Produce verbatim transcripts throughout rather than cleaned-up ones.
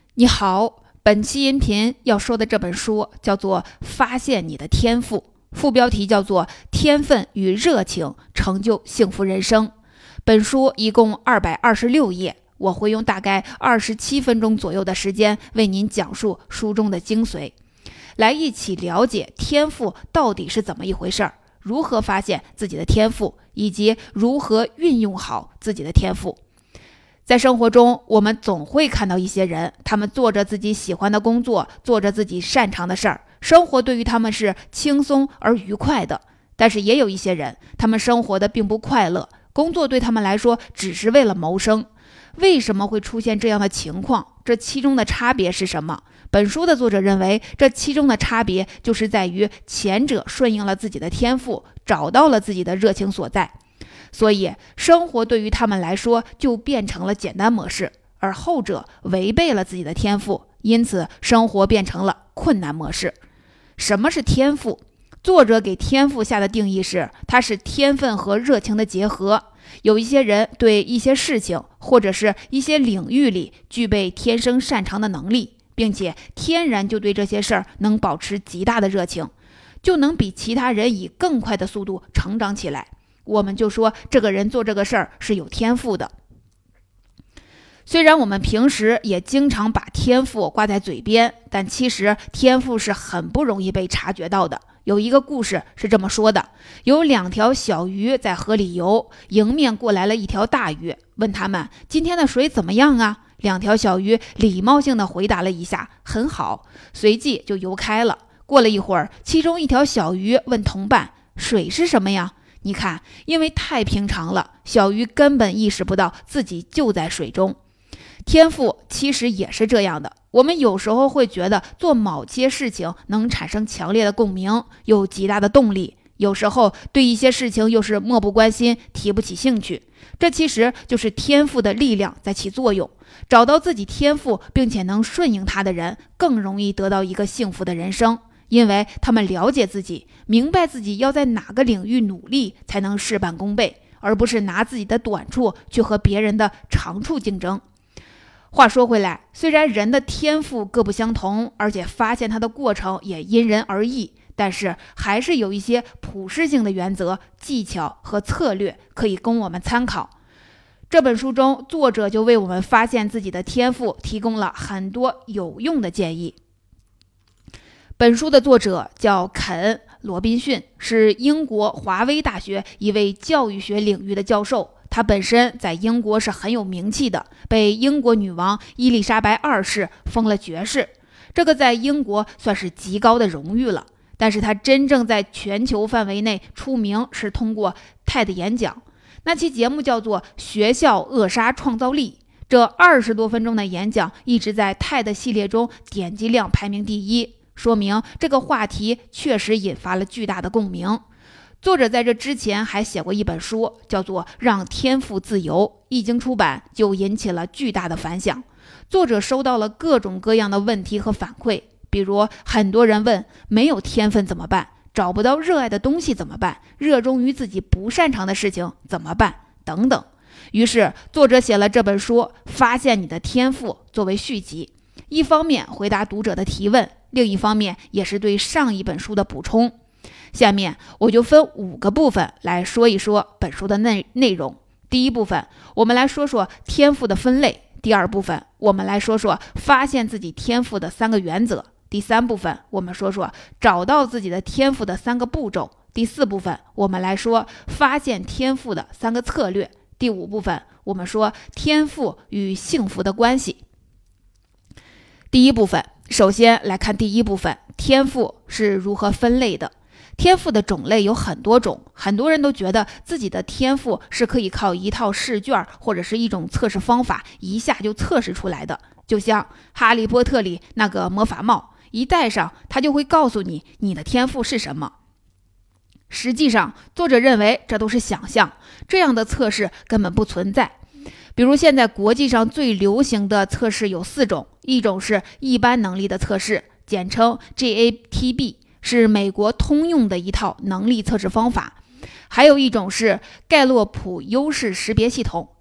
你好，本期音频要说的这本书叫做《发现你的天赋》，副标题叫做天分与热情成就幸福人生。本书一共二百二十六页，我会用大概二十七分钟左右的时间为您讲述书中的精髓，来一起了解天赋到底是怎么一回事儿，如何发现自己的天赋，以及如何运用好自己的天赋。在生活中，我们总会看到一些人，他们做着自己喜欢的工作，做着自己擅长的事儿，生活对于他们是轻松而愉快的。但是也有一些人，他们生活的并不快乐，工作对他们来说只是为了谋生。为什么会出现这样的情况？这其中的差别是什么？本书的作者认为，这其中的差别就是在于前者顺应了自己的天赋，找到了自己的热情所在，所以生活对于他们来说就变成了简单模式，而后者违背了自己的天赋，因此生活变成了困难模式。什么是天赋？作者给天赋下的定义是，它是天分和热情的结合。有一些人对一些事情或者是一些领域里具备天生擅长的能力，并且天然就对这些事儿能保持极大的热情，就能比其他人以更快的速度成长起来。我们就说这个人做这个事儿是有天赋的。虽然我们平时也经常把天赋挂在嘴边，但其实天赋是很不容易被察觉到的。有一个故事是这么说的：有两条小鱼在河里游，迎面过来了一条大鱼，问他们今天的水怎么样啊？两条小鱼礼貌性的回答了一下，很好，随即就游开了。过了一会儿，其中一条小鱼问同伴，水是什么呀？你看，因为太平常了，小鱼根本意识不到自己就在水中。天赋其实也是这样的，我们有时候会觉得做某些事情能产生强烈的共鸣，有极大的动力，有时候对一些事情又是漠不关心，提不起兴趣。这其实就是天赋的力量在起作用。找到自己天赋并且能顺应它的人，更容易得到一个幸福的人生，因为他们了解自己，明白自己要在哪个领域努力才能事半功倍，而不是拿自己的短处去和别人的长处竞争。话说回来，虽然人的天赋各不相同，而且发现它的过程也因人而异，但是还是有一些普适性的原则、技巧和策略可以供我们参考。这本书中，作者就为我们发现自己的天赋提供了很多有用的建议。本书的作者叫肯·罗宾逊，是英国华威大学一位教育学领域的教授。他本身在英国是很有名气的，被英国女王伊丽莎白二世封了爵士，这个在英国算是极高的荣誉了。但是他真正在全球范围内出名是通过 T E D 演讲，那期节目叫做《学校扼杀创造力》。这二十多分钟的演讲一直在 T E D 系列中点击量排名第一，说明这个话题确实引发了巨大的共鸣。作者在这之前还写过一本书，叫做《让天赋自由》，一经出版就引起了巨大的反响。作者收到了各种各样的问题和反馈，比如很多人问，没有天分怎么办？找不到热爱的东西怎么办？热衷于自己不擅长的事情怎么办？等等。于是作者写了这本书《发现你的天赋》作为续集，一方面回答读者的提问，另一方面也是对上一本书的补充。下面我就分五个部分来说一说本书的内内容。第一部分，我们来说说天赋的分类；第二部分，我们来说说发现自己天赋的三个原则；第三部分，我们说说找到自己的天赋的三个步骤；第四部分，我们来说发现天赋的三个策略；第五部分，我们说天赋与幸福的关系。第一部分，首先来看第一部分，天赋是如何分类的。天赋的种类有很多种，很多人都觉得自己的天赋是可以靠一套试卷或者是一种测试方法一下就测试出来的，就像哈利波特里那个魔法帽，一戴上它就会告诉你你的天赋是什么。实际上，作者认为这都是想象，这样的测试根本不存在。比如现在国际上最流行的测试有四种，一种是一般能力的测试，简称 G A T B，是美国通用的一套能力测试方法。还有一种是盖洛普优势识别系统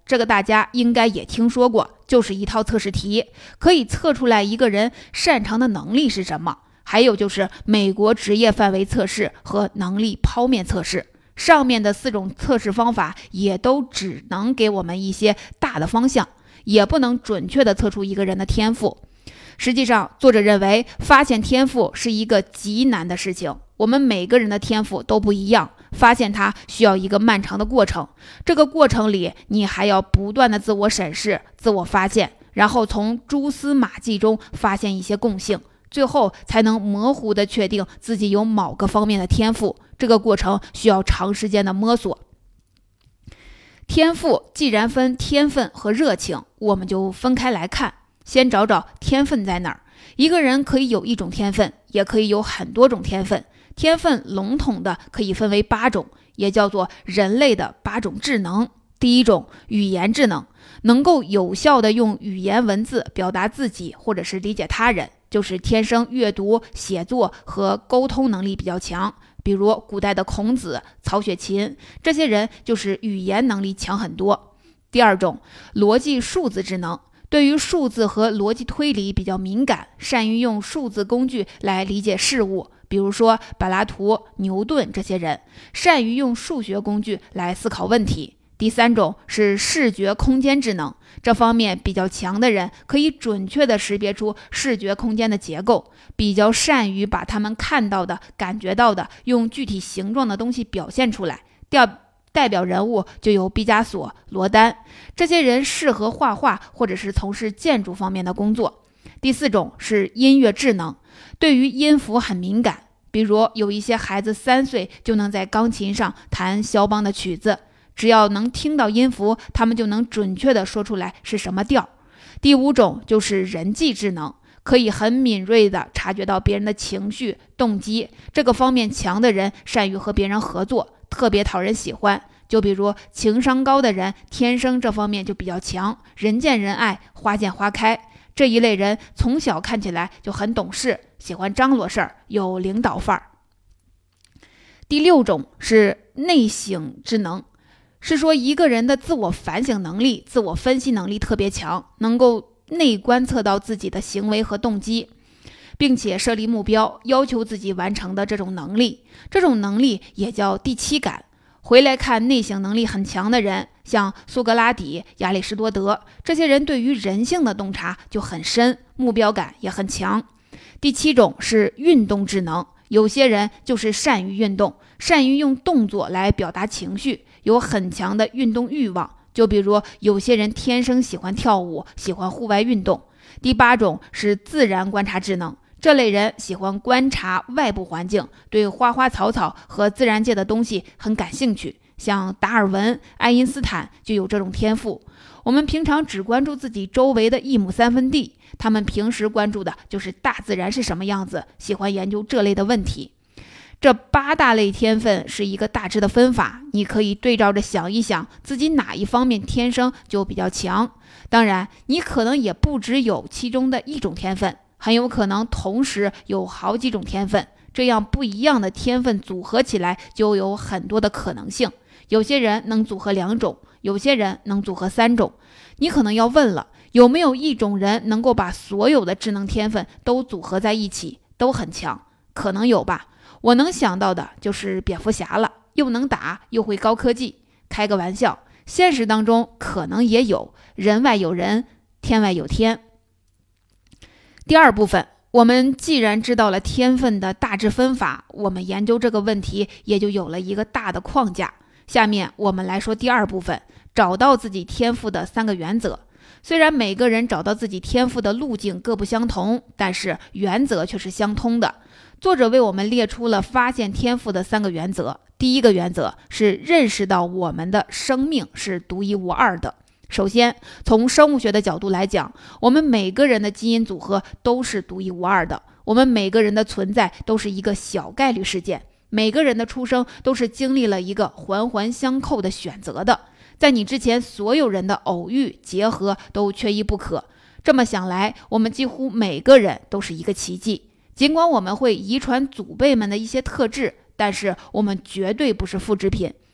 这个大家应该也听说过，就是一套测试题，可以测出来一个人擅长的能力是什么。还有就是美国职业范围测试和能力剖面测试，上面的四种测试方法也都只能给我们一些大的方向，也不能准确地测出一个人的天赋。实际上，作者认为发现天赋是一个极难的事情，我们每个人的天赋都不一样，发现它需要一个漫长的过程。这个过程里，你还要不断的自我审视、自我发现，然后从蛛丝马迹中发现一些共性，最后才能模糊地确定自己有某个方面的天赋。这个过程需要长时间的摸索。天赋既然分天分和热情，我们就分开来看。先找找天分在哪儿。一个人可以有一种天分，也可以有很多种天分。天分笼统的可以分为八种，也叫做人类的八种智能。第一种，语言智能，能够有效的用语言文字表达自己或者是理解他人，就是天生阅读、写作和沟通能力比较强。比如古代的孔子、曹雪芹，这些人就是语言能力强很多。第二种，逻辑数字智能，对于数字和逻辑推理比较敏感，善于用数字工具来理解事物，比如说柏拉图、牛顿这些人，善于用数学工具来思考问题。第三种是视觉空间智能，这方面比较强的人可以准确地识别出视觉空间的结构，比较善于把他们看到的、感觉到的用具体形状的东西表现出来。第二代表人物就有毕加索、罗丹，这些人适合画画或者是从事建筑方面的工作。第四种是音乐智能，对于音符很敏感，比如有一些孩子三岁就能在钢琴上弹肖邦的曲子，只要能听到音符，他们就能准确地说出来是什么调。第五种就是人际智能，可以很敏锐地察觉到别人的情绪、动机，这个方面强的人善于和别人合作，特别讨人喜欢。就比如情商高的人，天生这方面就比较强，人见人爱，花见花开。这一类人从小看起来就很懂事，喜欢张罗事儿，有领导范儿。第六种是内省智能，是说一个人的自我反省能力、自我分析能力特别强，能够内观测到自己的行为和动机，并且设立目标，要求自己完成的这种能力。这种能力也叫第七感。回来看内省能力很强的人，像苏格拉底、亚里士多德，这些人对于人性的洞察就很深，目标感也很强。第七种是运动智能，有些人就是善于运动，善于用动作来表达情绪，有很强的运动欲望，就比如有些人天生喜欢跳舞，喜欢户外运动。第八种是自然观察智能，这类人喜欢观察外部环境，对花花草草和自然界的东西很感兴趣，像达尔文、爱因斯坦就有这种天赋。我们平常只关注自己周围的一亩三分地，他们平时关注的就是大自然是什么样子，喜欢研究这类的问题。这八大类天分是一个大致的分法，你可以对照着想一想自己哪一方面天生就比较强。当然，你可能也不只有其中的一种天分，很有可能同时有好几种天分，这样不一样的天分组合起来就有很多的可能性。有些人能组合两种，有些人能组合三种。你可能要问了，有没有一种人能够把所有的智能天分都组合在一起，都很强？可能有吧。我能想到的就是蝙蝠侠了，又能打又会高科技。开个玩笑，现实当中可能也有，人外有人，天外有天。第二部分，我们既然知道了天分的大致分法，我们研究这个问题也就有了一个大的框架。下面我们来说第二部分，找到自己天赋的三个原则。虽然每个人找到自己天赋的路径各不相同，但是原则却是相通的。作者为我们列出了发现天赋的三个原则。第一个原则是认识到我们的生命是独一无二的。首先，从生物学的角度来讲，我们每个人的基因组合都是独一无二的，我们每个人的存在都是一个小概率事件，每个人的出生都是经历了一个环环相扣的选择的，在你之前所有人的偶遇结合都缺一不可。这么想来，我们几乎每个人都是一个奇迹。尽管我们会遗传祖辈们的一些特质，但是我们绝对不是复制品。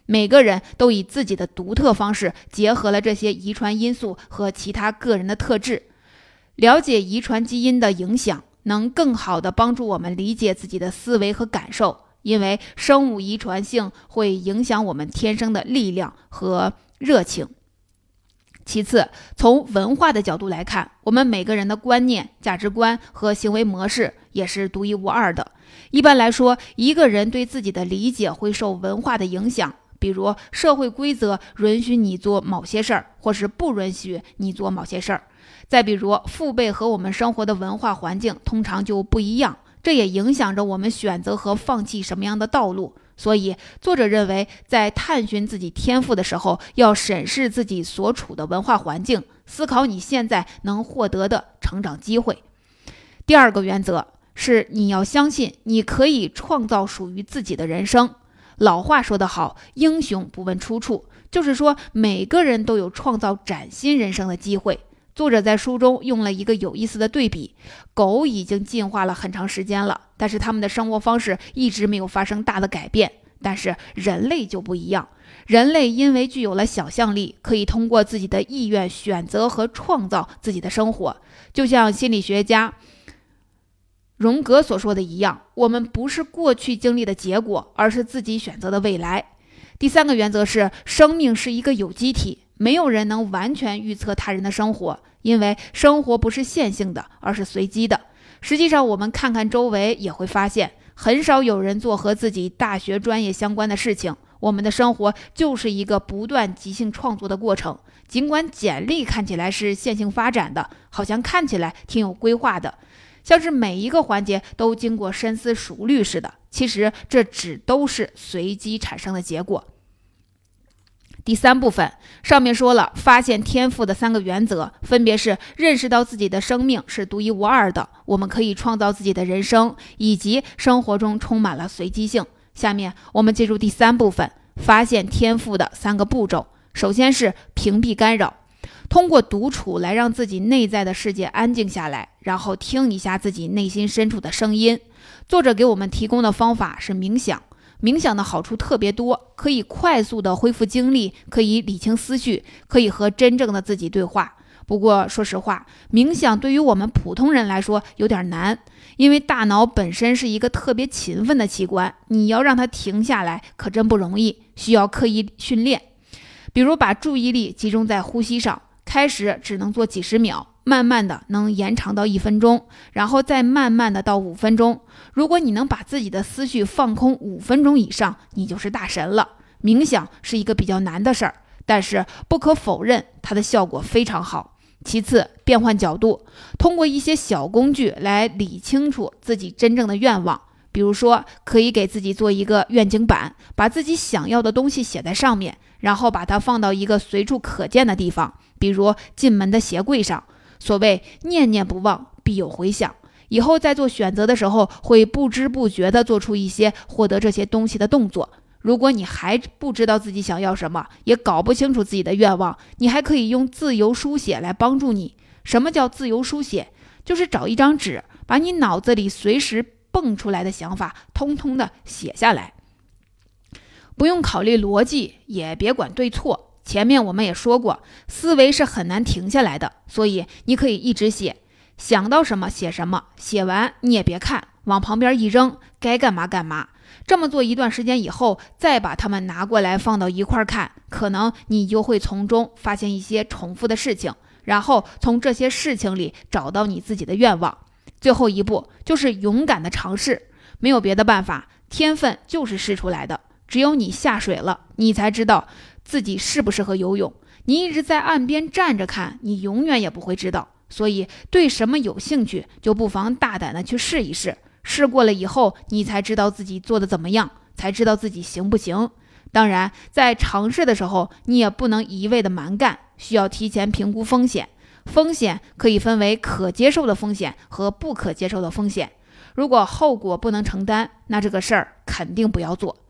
每个人都以自己的独特方式结合了这些遗传因素和其他个人的特质。了解遗传基因的影响，能更好地帮助我们理解自己的思维和感受，因为生物遗传性会影响我们天生的力量和热情。其次，从文化的角度来看，我们每个人的观念、价值观和行为模式也是独一无二的。一般来说，一个人对自己的理解会受文化的影响，比如社会规则允许你做某些事儿，或是不允许你做某些事儿。再比如，父辈和我们生活的文化环境通常就不一样，这也影响着我们选择和放弃什么样的道路。所以，作者认为，在探寻自己天赋的时候，要审视自己所处的文化环境，思考你现在能获得的成长机会。第二个原则是，你要相信你可以创造属于自己的人生。老话说得好，英雄不问出处，就是说每个人都有创造崭新人生的机会。作者在书中用了一个有意思的对比，狗已经进化了很长时间了，但是它们的生活方式一直没有发生大的改变。但是人类就不一样，人类因为具有了想象力，可以通过自己的意愿选择和创造自己的生活。就像心理学家荣格所说的一样，我们不是过去经历的结果，而是自己选择的未来。第三个原则是，生命是一个有机体，没有人能完全预测他人的生活，因为生活不是线性的，而是随机的。实际上，我们看看周围也会发现，很少有人做和自己大学专业相关的事情。我们的生活就是一个不断即兴创作的过程，尽管简历看起来是线性发展的，好像看起来挺有规划的，像是每一个环节都经过深思熟虑似的，其实这只都是随机产生的结果。第三部分，上面说了发现天赋的三个原则，分别是认识到自己的生命是独一无二的，我们可以创造自己的人生，以及生活中充满了随机性。下面我们进入第三部分，发现天赋的三个步骤。首先是屏蔽干扰，通过独处来让自己内在的世界安静下来，然后听一下自己内心深处的声音。作者给我们提供的方法是冥想。冥想的好处特别多，可以快速的恢复精力，可以理清思绪，可以和真正的自己对话。不过说实话，冥想对于我们普通人来说有点难，因为大脑本身是一个特别勤奋的器官，你要让它停下来可真不容易，需要刻意训练。比如把注意力集中在呼吸上，开始只能做几十秒，慢慢的能延长到一分钟，然后再慢慢的到五分钟。如果你能把自己的思绪放空五分钟以上，你就是大神了。冥想是一个比较难的事儿，但是不可否认它的效果非常好。其次，变换角度，通过一些小工具来理清楚自己真正的愿望。比如说，可以给自己做一个愿景板，把自己想要的东西写在上面，然后把它放到一个随处可见的地方，比如进门的鞋柜上。所谓念念不忘，必有回响，以后在做选择的时候，会不知不觉地做出一些获得这些东西的动作。如果你还不知道自己想要什么，也搞不清楚自己的愿望，你还可以用自由书写来帮助你。什么叫自由书写？就是找一张纸，把你脑子里随时蹦出来的想法通通的写下来，不用考虑逻辑，也别管对错。前面我们也说过，思维是很难停下来的，所以你可以一直写，想到什么写什么，写完你也别看，往旁边一扔，该干嘛干嘛。这么做一段时间以后，再把它们拿过来放到一块看，可能你就会从中发现一些重复的事情，然后从这些事情里找到你自己的愿望。最后一步就是勇敢的尝试，没有别的办法，天分就是试出来的，只有你下水了，你才知道自己适不适合游泳。你一直在岸边站着看，你永远也不会知道。所以对什么有兴趣，就不妨大胆的去试一试。试过了以后，你才知道自己做的怎么样，才知道自己行不行。当然，在尝试的时候，你也不能一味的蛮干，需要提前评估风险。风险可以分为可接受的风险和不可接受的风险。如果后果不能承担，那这个事儿肯定不要做。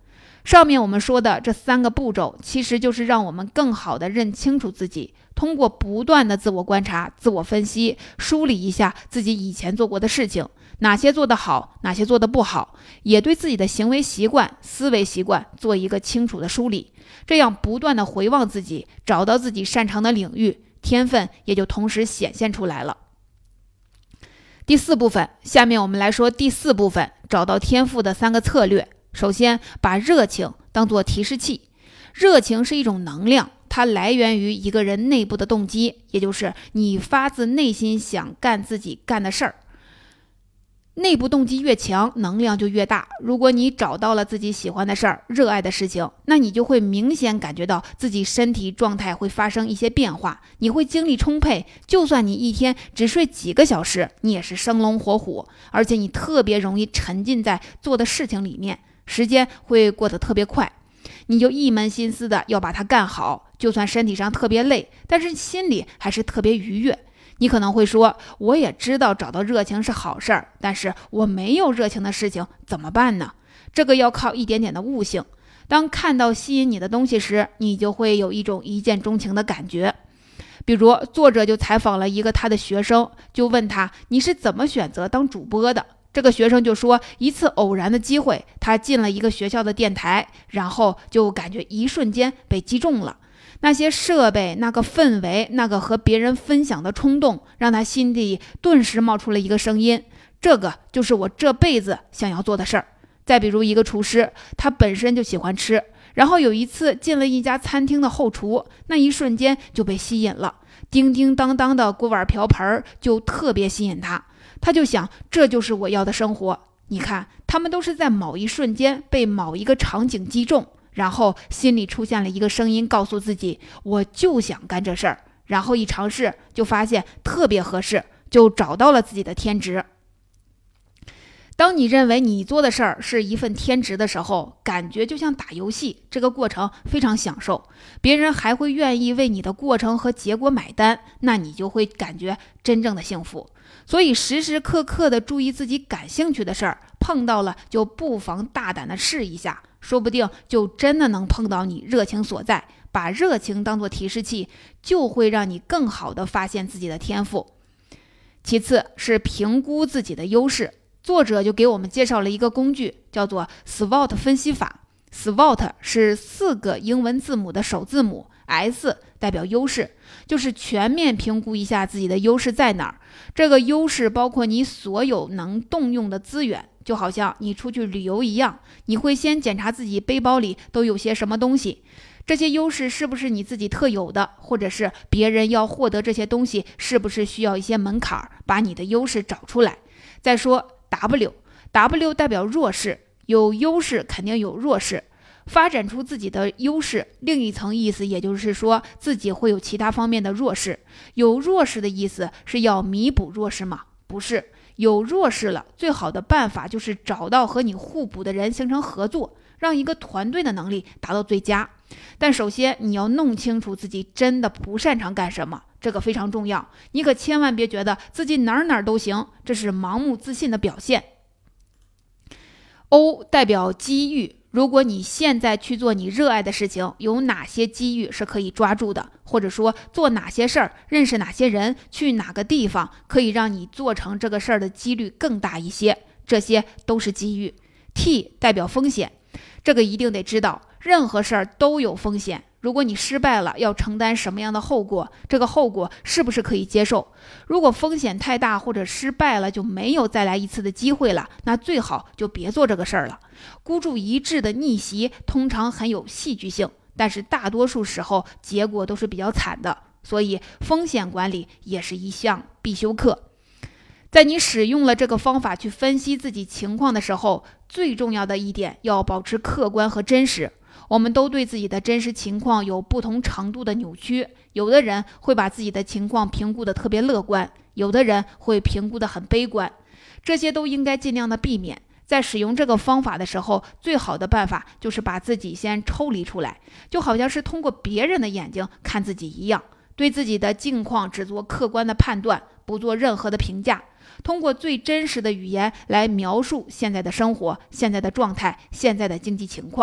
上面我们说的这三个步骤，其实就是让我们更好地认清楚自己，通过不断的自我观察、自我分析，梳理一下自己以前做过的事情，哪些做得好，哪些做得不好，也对自己的行为习惯、思维习惯做一个清楚的梳理。这样不断的回望自己，找到自己擅长的领域，天分也就同时显现出来了。第四部分，下面我们来说第四部分，找到天赋的三个策略。首先，把热情当作提示器。热情是一种能量，它来源于一个人内部的动机，也就是你发自内心想干自己干的事儿。内部动机越强，能量就越大。如果你找到了自己喜欢的事儿、热爱的事情，那你就会明显感觉到自己身体状态会发生一些变化，你会精力充沛，就算你一天只睡几个小时，你也是生龙活虎，而且你特别容易沉浸在做的事情里面，时间会过得特别快，你就一门心思的要把它干好，就算身体上特别累，但是心里还是特别愉悦。你可能会说，我也知道找到热情是好事儿，但是我没有热情的事情怎么办呢？这个要靠一点点的悟性。当看到吸引你的东西时，你就会有一种一见钟情的感觉。比如作者就采访了一个他的学生，就问他，你是怎么选择当主播的？这个学生就说，一次偶然的机会，他进了一个学校的电台，然后就感觉一瞬间被击中了。那些设备，那个氛围，那个和别人分享的冲动，让他心里顿时冒出了一个声音，这个就是我这辈子想要做的事儿。再比如一个厨师，他本身就喜欢吃，然后有一次进了一家餐厅的后厨，那一瞬间就被吸引了，叮叮当当的锅碗瓢盆就特别吸引他，他就想，这就是我要的生活。你看，他们都是在某一瞬间被某一个场景击中，然后心里出现了一个声音告诉自己，我就想干这事儿，然后一尝试就发现特别合适，就找到了自己的天职。当你认为你做的事儿是一份天职的时候，感觉就像打游戏，这个过程非常享受，别人还会愿意为你的过程和结果买单，那你就会感觉真正的幸福。所以时时刻刻的注意自己感兴趣的事儿，碰到了就不妨大胆的试一下，说不定就真的能碰到你热情所在。把热情当作提示器，就会让你更好的发现自己的天赋。其次是评估自己的优势，作者就给我们介绍了一个工具，叫做 S W O T 分析法。 S W O T 是四个英文字母的首字母， S 代表优势，就是全面评估一下自己的优势在哪儿。这个优势包括你所有能动用的资源，就好像你出去旅游一样，你会先检查自己背包里都有些什么东西，这些优势是不是你自己特有的，或者是别人要获得这些东西是不是需要一些门槛，把你的优势找出来。再说 W W 代表弱势，有优势肯定有弱势，发展出自己的优势，另一层意思也就是说自己会有其他方面的弱势。有弱势的意思是要弥补弱势吗？不是，有弱势了，最好的办法就是找到和你互补的人形成合作，让一个团队的能力达到最佳。但首先你要弄清楚自己真的不擅长干什么，这个非常重要。你可千万别觉得自己哪儿哪儿都行，这是盲目自信的表现。O 代表机遇，如果你现在去做你热爱的事情，有哪些机遇是可以抓住的，或者说做哪些事儿，认识哪些人，去哪个地方，可以让你做成这个事儿的几率更大一些，这些都是机遇。 T 代表风险，这个一定得知道，任何事儿都有风险，如果你失败了，要承担什么样的后果，这个后果是不是可以接受？如果风险太大或者失败了就没有再来一次的机会了，那最好就别做这个事儿了。孤注一掷的逆袭通常很有戏剧性，但是大多数时候结果都是比较惨的，所以风险管理也是一项必修课。在你使用了这个方法去分析自己情况的时候，最重要的一点要保持客观和真实。我们都对自己的真实情况有不同程度的扭曲，有的人会把自己的情况评估得特别乐观，有的人会评估得很悲观，这些都应该尽量的避免。在使用这个方法的时候，最好的办法就是把自己先抽离出来，就好像是通过别人的眼睛看自己一样，对自己的境况只做客观的判断，不做任何的评价，通过最真实的语言来描述现在的生活、现在的状态、现在的经济情况，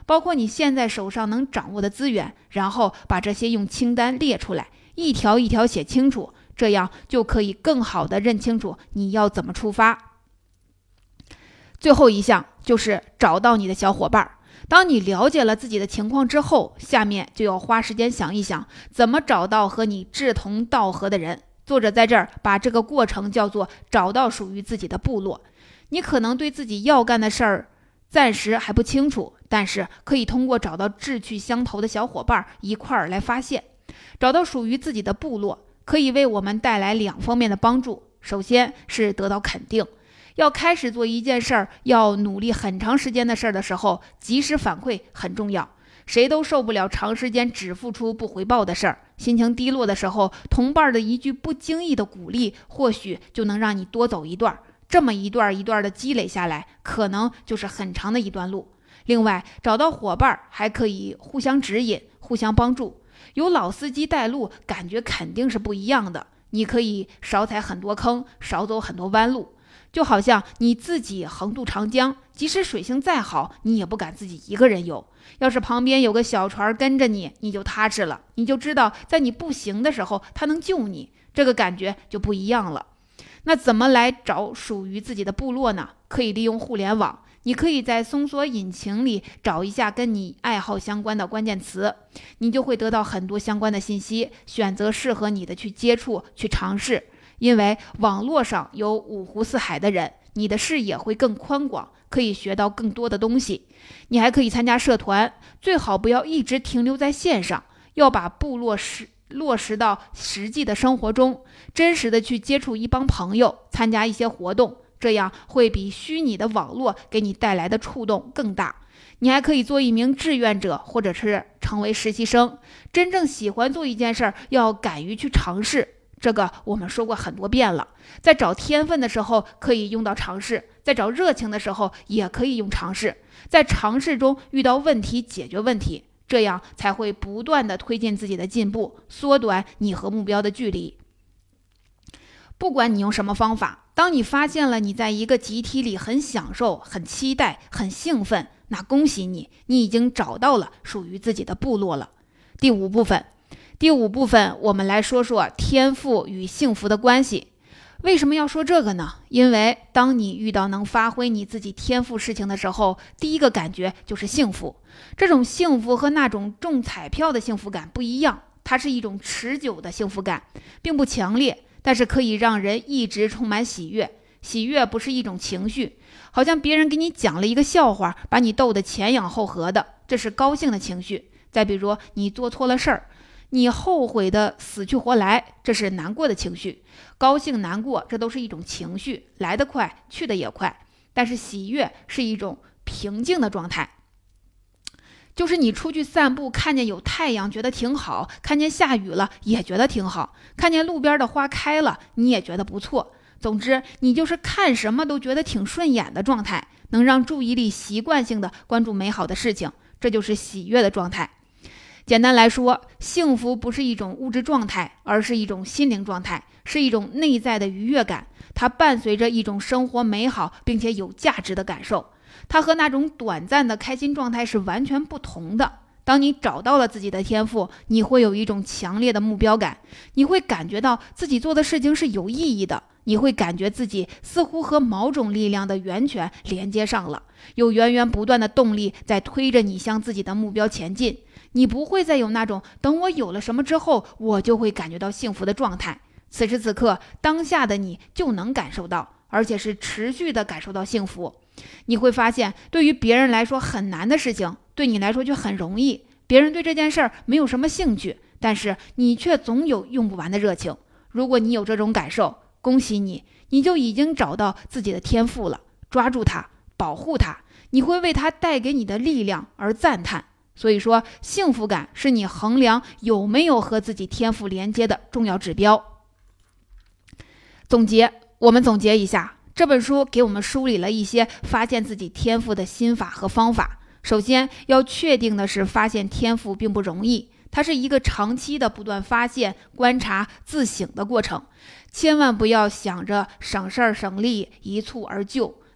包括你现在手上能掌握的资源，然后把这些用清单列出来，一条一条写清楚，这样就可以更好地认清楚你要怎么出发。最后一项就是找到你的小伙伴。当你了解了自己的情况之后，下面就要花时间想一想，怎么找到和你志同道合的人。作者在这儿把这个过程叫做找到属于自己的部落。你可能对自己要干的事儿暂时还不清楚，但是可以通过找到志趣相投的小伙伴一块儿来发现。找到属于自己的部落可以为我们带来两方面的帮助。首先是得到肯定，要开始做一件事儿，要努力很长时间的事儿的时候，及时反馈很重要。谁都受不了长时间只付出不回报的事儿。心情低落的时候，同伴的一句不经意的鼓励，或许就能让你多走一段。这么一段一段的积累下来，可能就是很长的一段路。另外，找到伙伴还可以互相指引，互相帮助。有老司机带路，感觉肯定是不一样的。你可以少踩很多坑，少走很多弯路。就好像你自己横渡长江，即使水性再好，你也不敢自己一个人游。要是旁边有个小船跟着你，你就踏实了，你就知道在你不行的时候，他能救你，这个感觉就不一样了。那怎么来找属于自己的部落呢？可以利用互联网，你可以在搜索引擎里找一下跟你爱好相关的关键词，你就会得到很多相关的信息，选择适合你的去接触，去尝试。因为网络上有五湖四海的人，你的视野会更宽广，可以学到更多的东西。你还可以参加社团，最好不要一直停留在线上，要把部落实落实到实际的生活中，真实的去接触一帮朋友，参加一些活动，这样会比虚拟的网络给你带来的触动更大。你还可以做一名志愿者，或者是成为实习生。真正喜欢做一件事，要敢于去尝试。这个我们说过很多遍了，在找天分的时候可以用到尝试，在找热情的时候也可以用尝试，在尝试中遇到问题解决问题，这样才会不断的推进自己的进步，缩短你和目标的距离。不管你用什么方法，当你发现了你在一个集体里很享受、很期待、很兴奋，那恭喜你，你已经找到了属于自己的部落了。第五部分第五部分，我们来说说天赋与幸福的关系。为什么要说这个呢？因为当你遇到能发挥你自己天赋事情的时候，第一个感觉就是幸福。这种幸福和那种中彩票的幸福感不一样，它是一种持久的幸福感，并不强烈，但是可以让人一直充满喜悦。喜悦不是一种情绪，好像别人给你讲了一个笑话，把你逗得前仰后合的，这是高兴的情绪。再比如你做错了事儿，你后悔的死去活来，这是难过的情绪。高兴难过，这都是一种情绪，来得快去得也快。但是喜悦是一种平静的状态，就是你出去散步，看见有太阳觉得挺好，看见下雨了也觉得挺好，看见路边的花开了你也觉得不错。总之你就是看什么都觉得挺顺眼的状态，能让注意力习惯性的关注美好的事情，这就是喜悦的状态。简单来说，幸福不是一种物质状态，而是一种心灵状态，是一种内在的愉悦感，它伴随着一种生活美好并且有价值的感受，它和那种短暂的开心状态是完全不同的。当你找到了自己的天赋，你会有一种强烈的目标感，你会感觉到自己做的事情是有意义的，你会感觉自己似乎和某种力量的源泉连接上了，有源源不断的动力在推着你向自己的目标前进。你不会再有那种等我有了什么之后我就会感觉到幸福的状态，此时此刻当下的你就能感受到，而且是持续的感受到幸福。你会发现，对于别人来说很难的事情，对你来说就很容易。别人对这件事儿没有什么兴趣，但是你却总有用不完的热情。如果你有这种感受，恭喜你，你就已经找到自己的天赋了。抓住它，保护它，你会为它带给你的力量而赞叹。所以说，幸福感是你衡量有没有和自己天赋连接的重要指标。总结，我们总结一下，这本书给我们梳理了一些发现自己天赋的心法和方法。首先要确定的是，发现天赋并不容易，它是一个长期的不断发现、观察、自省的过程。千万不要想着省事儿省力一蹴而就，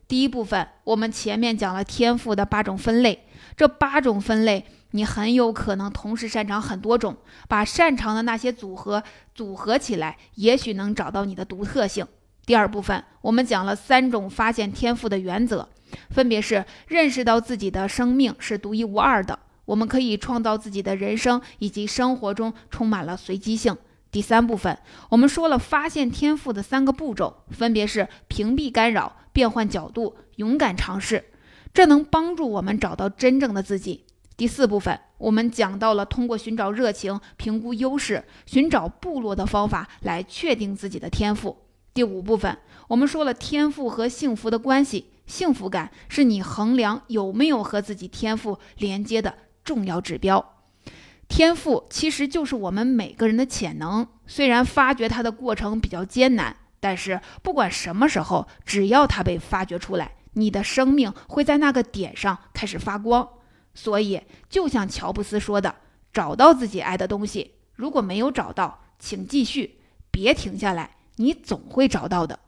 第一部分，我们前面讲了天赋的八种分类，这八种分类你很有可能同时擅长很多种，把擅长的那些组合组合起来，也许能找到你的独特性。第二部分，我们讲了三种发现天赋的原则，分别是认识到自己的生命是独一无二的，我们可以创造自己的人生，以及生活中充满了随机性。第三部分，我们说了发现天赋的三个步骤，分别是屏蔽干扰、变换角度、勇敢尝试，这能帮助我们找到真正的自己。第四部分，我们讲到了通过寻找热情、评估优势、寻找部落的方法来确定自己的天赋。第五部分，我们说了天赋和幸福的关系，幸福感是你衡量有没有和自己天赋连接的重要指标。天赋其实就是我们每个人的潜能，虽然发掘它的过程比较艰难，但是不管什么时候，只要它被发掘出来，你的生命会在那个点上开始发光。所以就像乔布斯说的，找到自己爱的东西，如果没有找到，请继续，别停下来，你总会找到的。